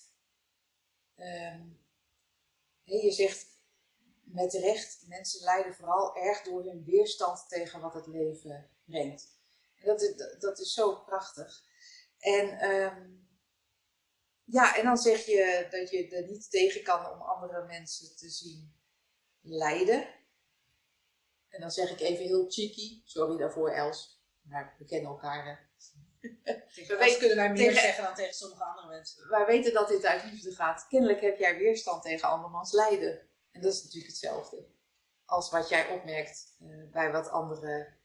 Je zegt met recht, mensen lijden vooral erg door hun weerstand tegen wat het leven brengt. En dat is zo prachtig. En dan zeg je dat je er niet tegen kan om andere mensen te zien lijden. En dan zeg ik even heel cheeky, sorry daarvoor Els, maar we kennen elkaar. Tegen kunnen wij meer zeggen dan tegen sommige andere mensen. Wij weten dat dit uit liefde gaat. Kennelijk heb jij weerstand tegen andermans lijden. En dat is natuurlijk hetzelfde als wat jij opmerkt bij wat anderen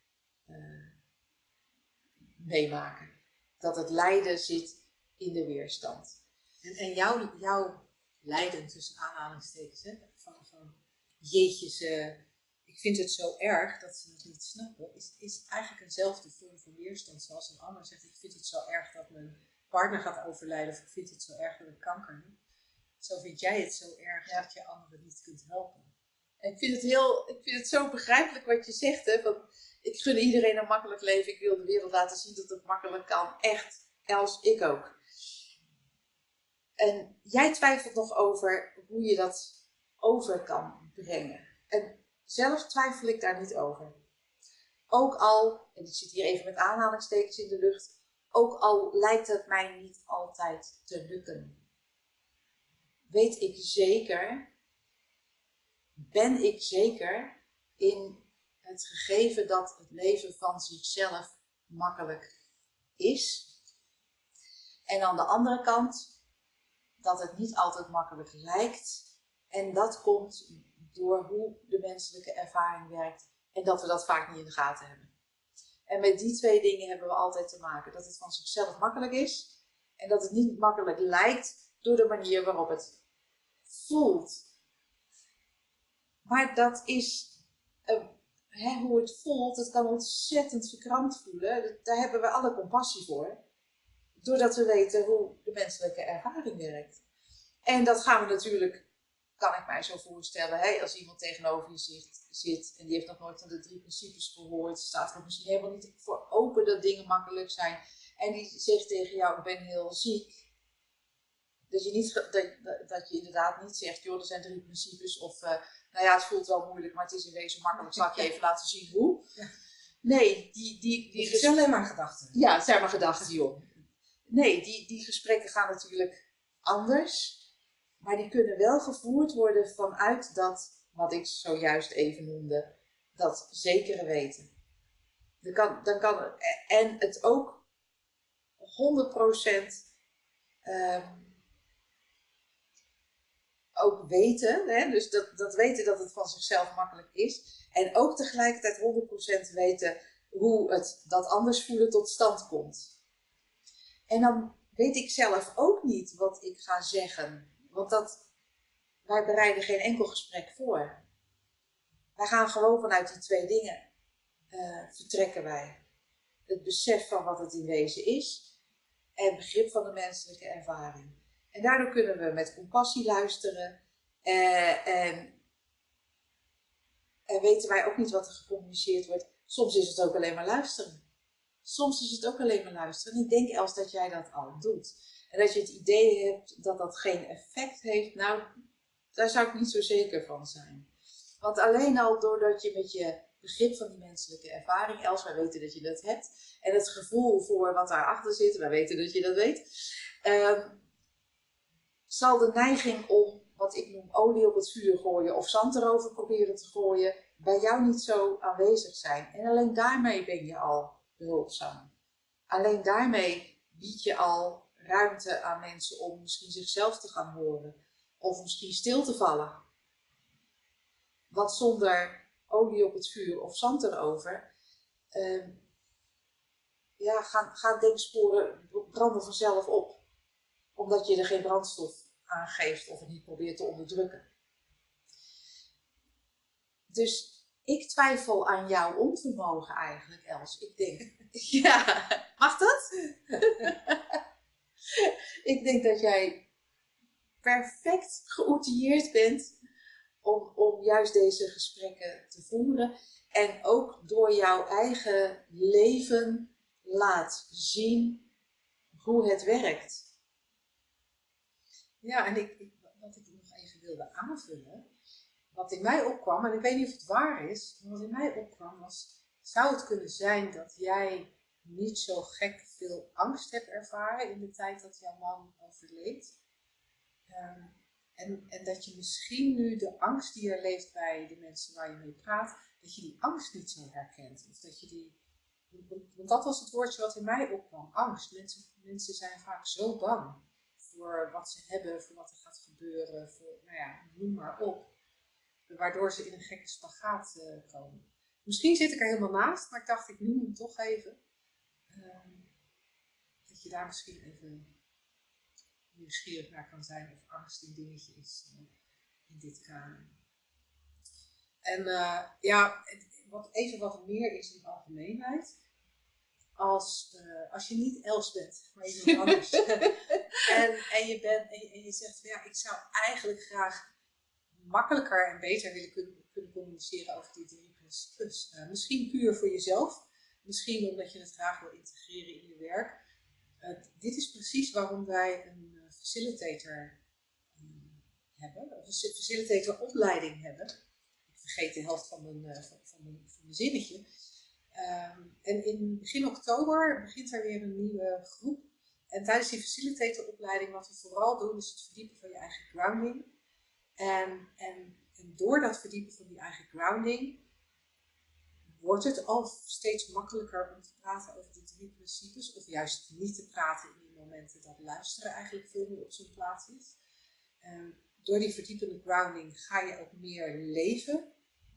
meemaken. Dat het lijden zit in de weerstand. En jouw lijden tussen aanhalingstekens, hè, van jeetjes, ik vind het zo erg dat ze het niet snappen, is eigenlijk eenzelfde vorm van weerstand. Zoals een ander zegt, ik vind het zo erg dat mijn partner gaat overlijden, of ik vind het zo erg dat ik kanker heb. Zo vind jij het zo erg dat je anderen niet kunt helpen. En ik vind het zo begrijpelijk wat je zegt, hè, van, ik gun iedereen een makkelijk leven, ik wil de wereld laten zien dat het makkelijk kan. Echt, Els, ik ook. En jij twijfelt nog over hoe je dat over kan brengen. En zelf twijfel ik daar niet over. Ook al, en ik zit hier even met aanhalingstekens in de lucht, ook al lijkt het mij niet altijd te lukken. Weet ik zeker, ben ik zeker in het gegeven dat het leven van zichzelf makkelijk is. En aan de andere kant dat het niet altijd makkelijk lijkt. En dat komt door hoe de menselijke ervaring werkt. En dat we dat vaak niet in de gaten hebben. En met die 2 dingen hebben we altijd te maken. Dat het van zichzelf makkelijk is. En dat het niet makkelijk lijkt door de manier waarop het voelt. Maar dat is hoe het voelt. Het kan ontzettend verkrampt voelen. Daar hebben we alle compassie voor. Doordat we weten hoe de menselijke ervaring werkt. En dat gaan we natuurlijk kan ik mij zo voorstellen, als iemand tegenover je zit en die heeft nog nooit van de 3 principes gehoord, staat er misschien helemaal niet voor open dat dingen makkelijk zijn. En die zegt tegen jou, ik ben heel ziek. Dat je inderdaad niet zegt, joh, er zijn 3 principes. Of, nou ja, het voelt wel moeilijk, maar het is in wezen makkelijk. Zal ik je even laten zien hoe? Ja. Nee, Het zijn alleen maar gedachten. Ja, het zijn maar gedachten, joh. Nee, die gesprekken gaan natuurlijk anders. Maar die kunnen wel gevoerd worden vanuit dat, wat ik zojuist even noemde, dat zekere weten. En het ook 100% ook weten, hè? Dus dat weten dat het van zichzelf makkelijk is. En ook tegelijkertijd 100% weten hoe het dat anders voelen tot stand komt. En dan weet ik zelf ook niet wat ik ga zeggen. Want wij bereiden geen enkel gesprek voor. Wij gaan gewoon vanuit die 2 dingen vertrekken wij. Het besef van wat het in wezen is en begrip van de menselijke ervaring. En daardoor kunnen we met compassie luisteren en weten wij ook niet wat er gecommuniceerd wordt. Soms is het ook alleen maar luisteren. Soms is het ook alleen maar luisteren. En ik denk Els dat jij dat al doet. En dat je het idee hebt dat dat geen effect heeft. Nou, daar zou ik niet zo zeker van zijn. Want alleen al doordat je met je begrip van die menselijke ervaring, Els, wij weten dat je dat hebt. En het gevoel voor wat daarachter zit, wij weten dat je dat weet. Zal de neiging om, wat ik noem, olie op het vuur gooien of zand erover proberen te gooien, bij jou niet zo aanwezig zijn. En alleen daarmee ben je al behulpzaam. Alleen daarmee bied je al ruimte aan mensen om misschien zichzelf te gaan horen. Of misschien stil te vallen. Want zonder olie op het vuur of zand erover, gaan denksporen branden vanzelf op. Omdat je er geen brandstof aan geeft of het niet probeert te onderdrukken. Dus ik twijfel aan jouw onvermogen eigenlijk, Els. Ik denk, ja, mag dat? Ik denk dat jij perfect geoutilleerd bent om juist deze gesprekken te voeren. En ook door jouw eigen leven laat zien hoe het werkt. Ja, en wat ik nog even wilde aanvullen, wat in mij opkwam, en ik weet niet of het waar is, maar wat in mij opkwam was, zou het kunnen zijn dat jij niet zo gek veel angst hebt ervaren in de tijd dat jouw man overleed? En dat je misschien nu de angst die er leeft bij de mensen waar je mee praat, dat je die angst niet zo herkent. Of dat je die, want dat was het woordje wat in mij opkwam, angst. Mensen zijn vaak zo bang voor wat ze hebben, voor wat er gaat gebeuren, voor, nou ja, noem maar op. Waardoor ze in een gekke spagaat komen. Misschien zit ik er helemaal naast, maar ik dacht, ik noem hem toch even. Dat je daar misschien even nieuwsgierig naar kan zijn of angst een dingetje is in dit kader. En wat meer is in de algemeenheid. Als je niet Els bent, maar iemand anders. en je zegt, ja, ik zou eigenlijk graag makkelijker en beter willen kunnen communiceren over die 3 principes. Misschien puur voor jezelf. Misschien omdat je het graag wil integreren in je werk. Dit is precies waarom wij een facilitator hebben. Of een facilitatoropleiding hebben. Ik vergeet de helft van mijn zinnetje. En in begin oktober begint er weer een nieuwe groep. En tijdens die facilitatoropleiding, wat we vooral doen, is het verdiepen van je eigen grounding. En door dat verdiepen van die eigen grounding, wordt het al steeds makkelijker om te praten over de 3 principes. Of juist niet te praten in die momenten dat luisteren eigenlijk veel meer op zijn plaats is. Door die verdiepende grounding ga je ook meer leven.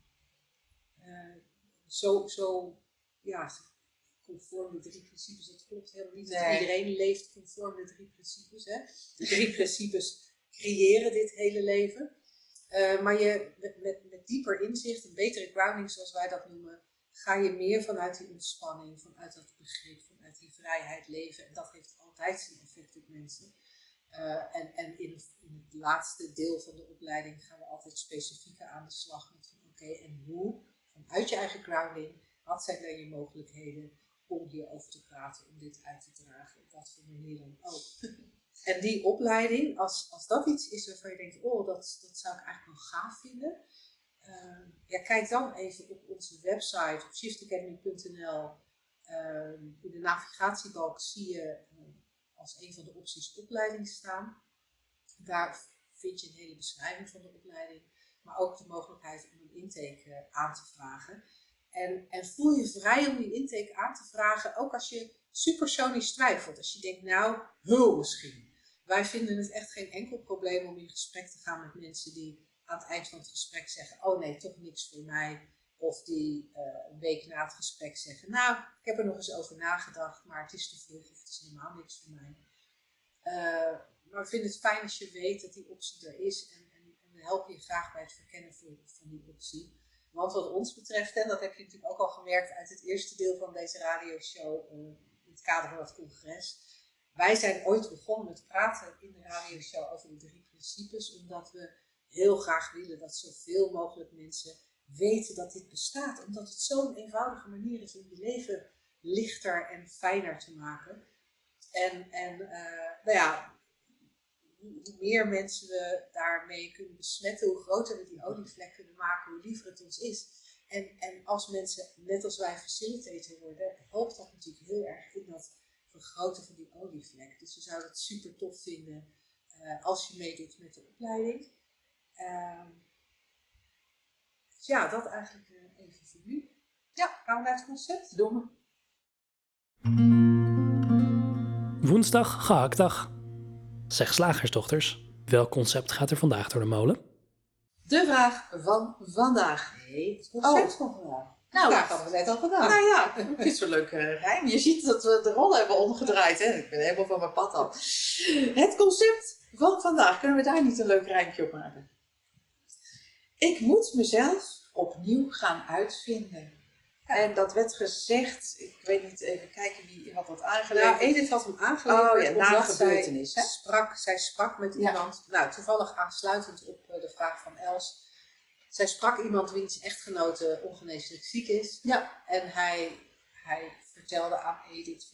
Conform de 3 principes, dat klopt helemaal niet. Nee. Iedereen leeft conform de 3 principes. Hè? De 3 principes creëren dit hele leven. Maar je met dieper inzicht, een betere grounding zoals wij dat noemen, ga je meer vanuit die ontspanning, vanuit dat begrip, vanuit die vrijheid leven. En dat heeft altijd zijn effect op mensen. En in het laatste deel van de opleiding gaan we altijd specifieker aan de slag met oké, en hoe, vanuit je eigen grounding, wat zijn dan je mogelijkheden om hierover te praten, om dit uit te dragen, op wat voor manier dan ook. En die opleiding, als dat iets is waarvan je denkt, dat zou ik eigenlijk wel gaaf vinden. Kijk dan even op onze website, op shiftacademy.nl. In de navigatiebalk zie je als een van de opties opleiding staan. Daar vind je een hele beschrijving van de opleiding, maar ook de mogelijkheid om een intake aan te vragen. En voel je vrij om die intake aan te vragen, ook als je supersonisch twijfelt. Als je denkt, misschien. Wij vinden het echt geen enkel probleem om in gesprek te gaan met mensen die aan het eind van het gesprek zeggen, oh nee, toch niks voor mij. Of die een week na het gesprek zeggen, ik heb er nog eens over nagedacht, maar het is te vroeg of het is helemaal niks voor mij. Maar we vinden het fijn als je weet dat die optie er is en we helpen je graag bij het verkennen van die optie. Want wat ons betreft, en dat heb je natuurlijk ook al gemerkt uit het eerste deel van deze radioshow in het kader van het congres. Wij zijn ooit begonnen met praten in de radioshow over de 3 principes, omdat we heel graag willen dat zoveel mogelijk mensen weten dat dit bestaat. Omdat het zo'n eenvoudige manier is om je leven lichter en fijner te maken. Hoe meer mensen we daarmee kunnen besmetten, hoe groter we die olievlek kunnen maken, hoe liever het ons is. En als mensen, net als wij, facilitator worden, helpt dat natuurlijk heel erg in dat vergroten van die olievlek. Dus we zouden het super tof vinden als je meedoet met de opleiding. Dat eigenlijk even voor nu. Ja, gaan we naar het concept? Doen we. Woensdag, gehaktdag. Zeg slagersdochters, welk concept gaat er vandaag door de molen? De vraag van vandaag. Nee, het concept van vandaag. Dat hadden we net al gedaan. Nou ja, het is zo'n leuk rijm. Je ziet dat we de rol hebben omgedraaid. Hè? Ik ben helemaal van mijn pad af. Het concept van vandaag. Kunnen we daar niet een leuk rijmpje op maken? Ik moet mezelf opnieuw gaan uitvinden. Ja. En dat werd gezegd, ik weet niet, even kijken wie had dat aangeleverd. Edith had hem aangeleverd na een gebeurtenis. Zij sprak met iemand, toevallig aansluitend op de vraag van Els. Zij sprak iemand wiens echtgenote ongeneeslijk ziek is. Ja. En hij vertelde aan Edith,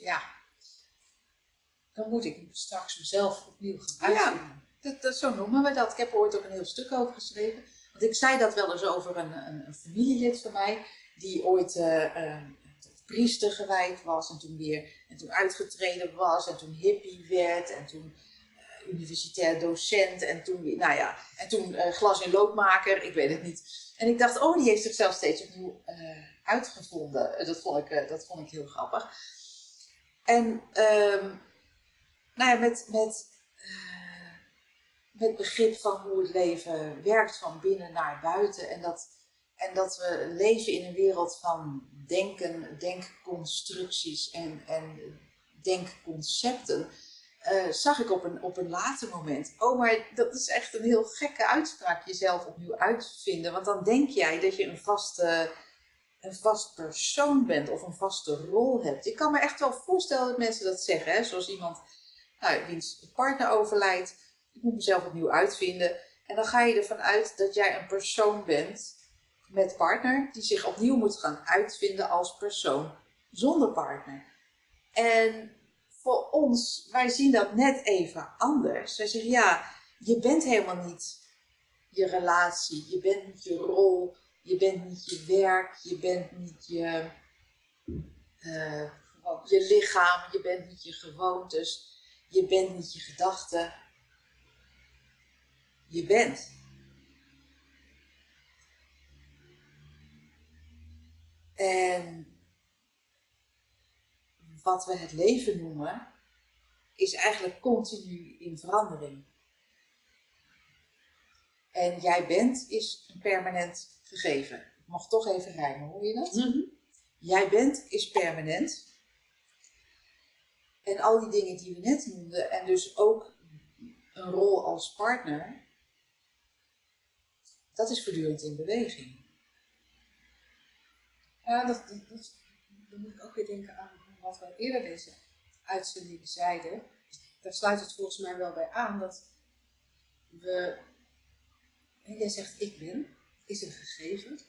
dan moet ik straks mezelf opnieuw gaan uitvinden. Ja, zo noemen we dat. Ik heb er ooit ook een heel stuk over geschreven. Want ik zei dat wel eens over een familielid van mij, die ooit priester gewijd was en toen uitgetreden was en toen hippie werd en toen universitair docent en toen weer, en toen glas- en loodmaker, ik weet het niet. En ik dacht, die heeft zichzelf steeds opnieuw uitgevonden. Dat vond ik heel grappig. En met begrip van hoe het leven werkt van binnen naar buiten en dat we leven in een wereld van denken, denkconstructies en denkconcepten. Zag ik op een later moment, maar dat is echt een heel gekke uitspraak, jezelf opnieuw uitvinden. Want dan denk jij dat je een vast persoon bent of een vaste rol hebt. Ik kan me echt wel voorstellen dat mensen dat zeggen, hè? Zoals iemand wiens partner overlijdt. Ik moet mezelf opnieuw uitvinden. En dan ga je ervan uit dat jij een persoon bent met partner die zich opnieuw moet gaan uitvinden als persoon zonder partner. En voor ons, wij zien dat net even anders. Wij zeggen, je bent helemaal niet je relatie, je bent niet je rol, je bent niet je werk, je bent niet je lichaam, je bent niet je gewoontes, je bent niet je gedachten. Je bent. En wat we het leven noemen, is eigenlijk continu in verandering. En jij bent is een permanent gegeven. Ik mag toch even rijmen, hoor je dat? Mm-hmm. Jij bent is permanent. En al die dingen die we net noemden, en dus ook een rol als partner, dat is voortdurend in beweging. Ja, dan moet ik ook weer denken aan wat we eerder deze uitzending zeiden. daar sluit het volgens mij wel bij aan dat jij zegt ik ben, is een gegeven.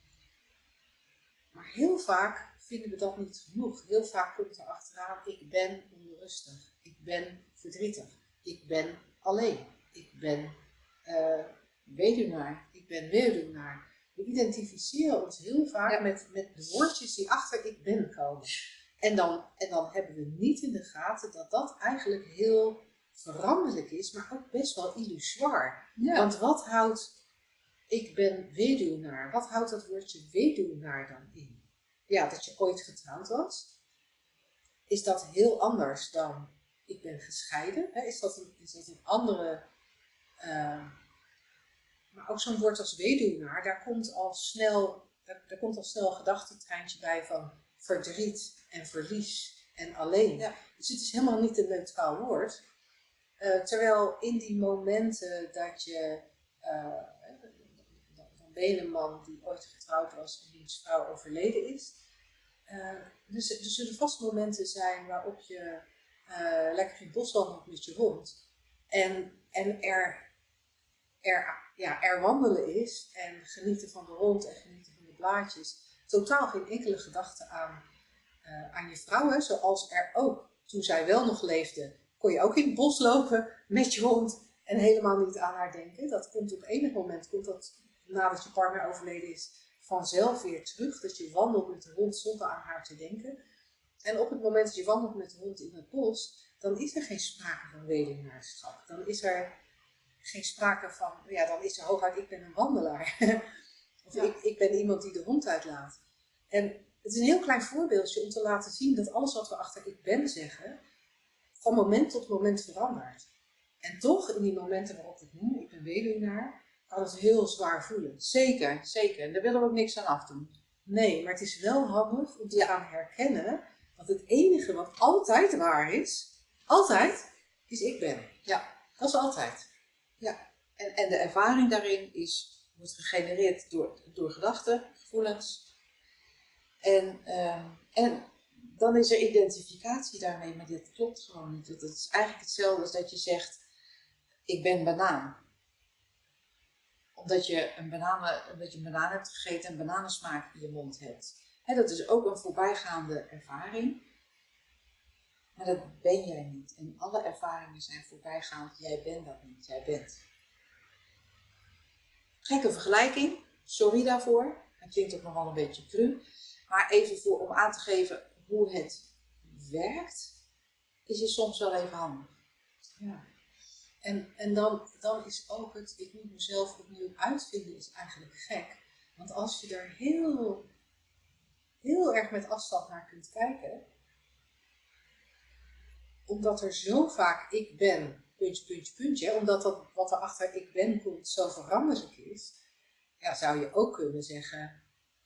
Maar heel vaak vinden we dat niet genoeg. Heel vaak komt er achteraan, ik ben onrustig, ik ben verdrietig, ik ben alleen, ik ben weduwnaar, ik ben weduwnaar. We identificeren ons heel vaak met de woordjes die achter ik ben komen. En dan hebben we niet in de gaten dat dat eigenlijk heel veranderlijk is, maar ook best wel illusoir. Ja. Want wat houdt ik ben weduwnaar, wat houdt dat woordje weduwnaar dan in? Ja, dat je ooit getrouwd was. Is dat heel anders dan ik ben gescheiden? Is dat een andere... maar ook zo'n woord als weduwnaar, daar komt al snel een gedachtentreintje bij van verdriet en verlies en alleen. Ja. Dus het is helemaal niet een neutraal woord. Terwijl in die momenten dat je... dan ben je een man die ooit getrouwd was en wiens vrouw overleden is. Dus er zullen vast momenten zijn waarop je lekker in het bos wandelt met je hond. En er wandelen is en genieten van de hond en genieten van de blaadjes. Totaal geen enkele gedachte aan je vrouw. Hè? Zoals er ook, toen zij wel nog leefde, kon je ook in het bos lopen met je hond en helemaal niet aan haar denken. Dat komt op enig moment, nadat je partner overleden is, vanzelf weer terug. Dat je wandelt met de hond zonder aan haar te denken. En op het moment dat je wandelt met de hond in het bos, dan is er geen sprake van weduwnaarschap. Dan is er geen sprake van, dan is er hooguit ik ben een wandelaar. Of ik ben iemand die de hond uitlaat. En het is een heel klein voorbeeldje om te laten zien dat alles wat we achter ik ben zeggen, van moment tot moment verandert. En toch, in die momenten waarop we het noemen, ik ben weduwnaar, kan het heel zwaar voelen. Zeker, zeker. En daar willen we ook niks aan afdoen. Nee, maar het is wel handig om te gaan herkennen dat het enige wat altijd waar is, altijd, is ik ben. Ja. Dat is altijd. Ja. En de ervaring daarin wordt gegenereerd door gedachten, gevoelens. En dan is er identificatie daarmee, maar dit klopt gewoon niet. Het is eigenlijk hetzelfde als dat je zegt, ik ben banaan. Omdat je een banaan hebt gegeten en bananensmaak in je mond hebt. Dat is ook een voorbijgaande ervaring. Maar dat ben jij niet. En alle ervaringen zijn voorbijgaand. Jij bent dat niet. Jij bent. Gekke vergelijking. Sorry daarvoor. Het klinkt ook nog wel een beetje cru. Maar even om aan te geven hoe het werkt, is je soms wel even handig. Ja. En dan is ook het, ik moet mezelf opnieuw uitvinden, is eigenlijk gek. Want als je er heel, heel erg met afstand naar kunt kijken, omdat er zo vaak ik ben, puntje, omdat dat wat er achter ik ben komt zo veranderlijk is, zou je ook kunnen zeggen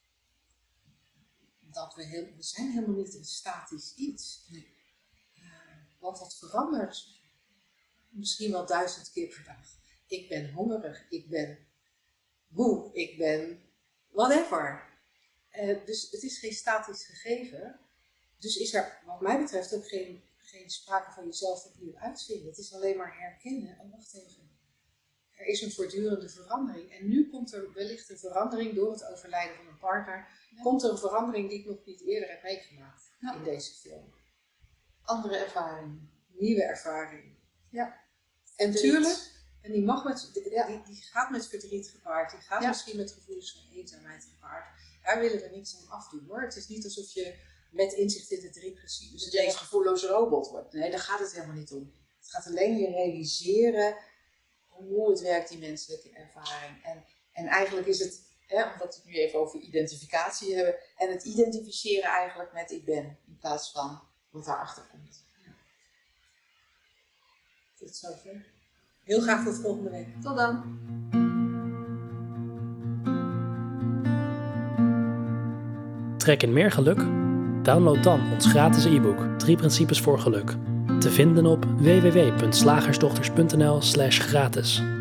dat we zijn helemaal niet een statisch iets. Nee. Want dat verandert misschien wel 1000 keer per dag. Ik ben hongerig, ik ben moe, ik ben whatever. Dus het is geen statisch gegeven. Dus is er wat mij betreft ook geen sprake van jezelf opnieuw uitvinden. Het is alleen maar herkennen. Oh, wacht even. Er is een voortdurende verandering. En nu komt er wellicht een verandering door het overlijden van een partner. Ja. Komt er een verandering die ik nog niet eerder heb meegemaakt in deze film. Andere ervaringen. Nieuwe ervaringen. Ja. En tuurlijk, en die gaat met verdriet gepaard. Die gaat misschien met gevoelens van eenzaamheid gepaard. Daar willen we niks aan afdoen hoor. Het is niet alsof je met inzicht in de 3 principes dus deze gevoelloze robot wordt. Nee, daar gaat het helemaal niet om. Het gaat alleen je realiseren hoe het werkt, die menselijke ervaring. En eigenlijk is het, omdat we het nu even over identificatie hebben, en het identificeren eigenlijk met ik ben, in plaats van wat daarachter komt. Ja. Tot zover. Heel graag tot volgende week. Tot dan. Trek in meer geluk? Download dan ons gratis e-book 3 principes voor geluk. Te vinden op www.slagersdochters.nl/gratis.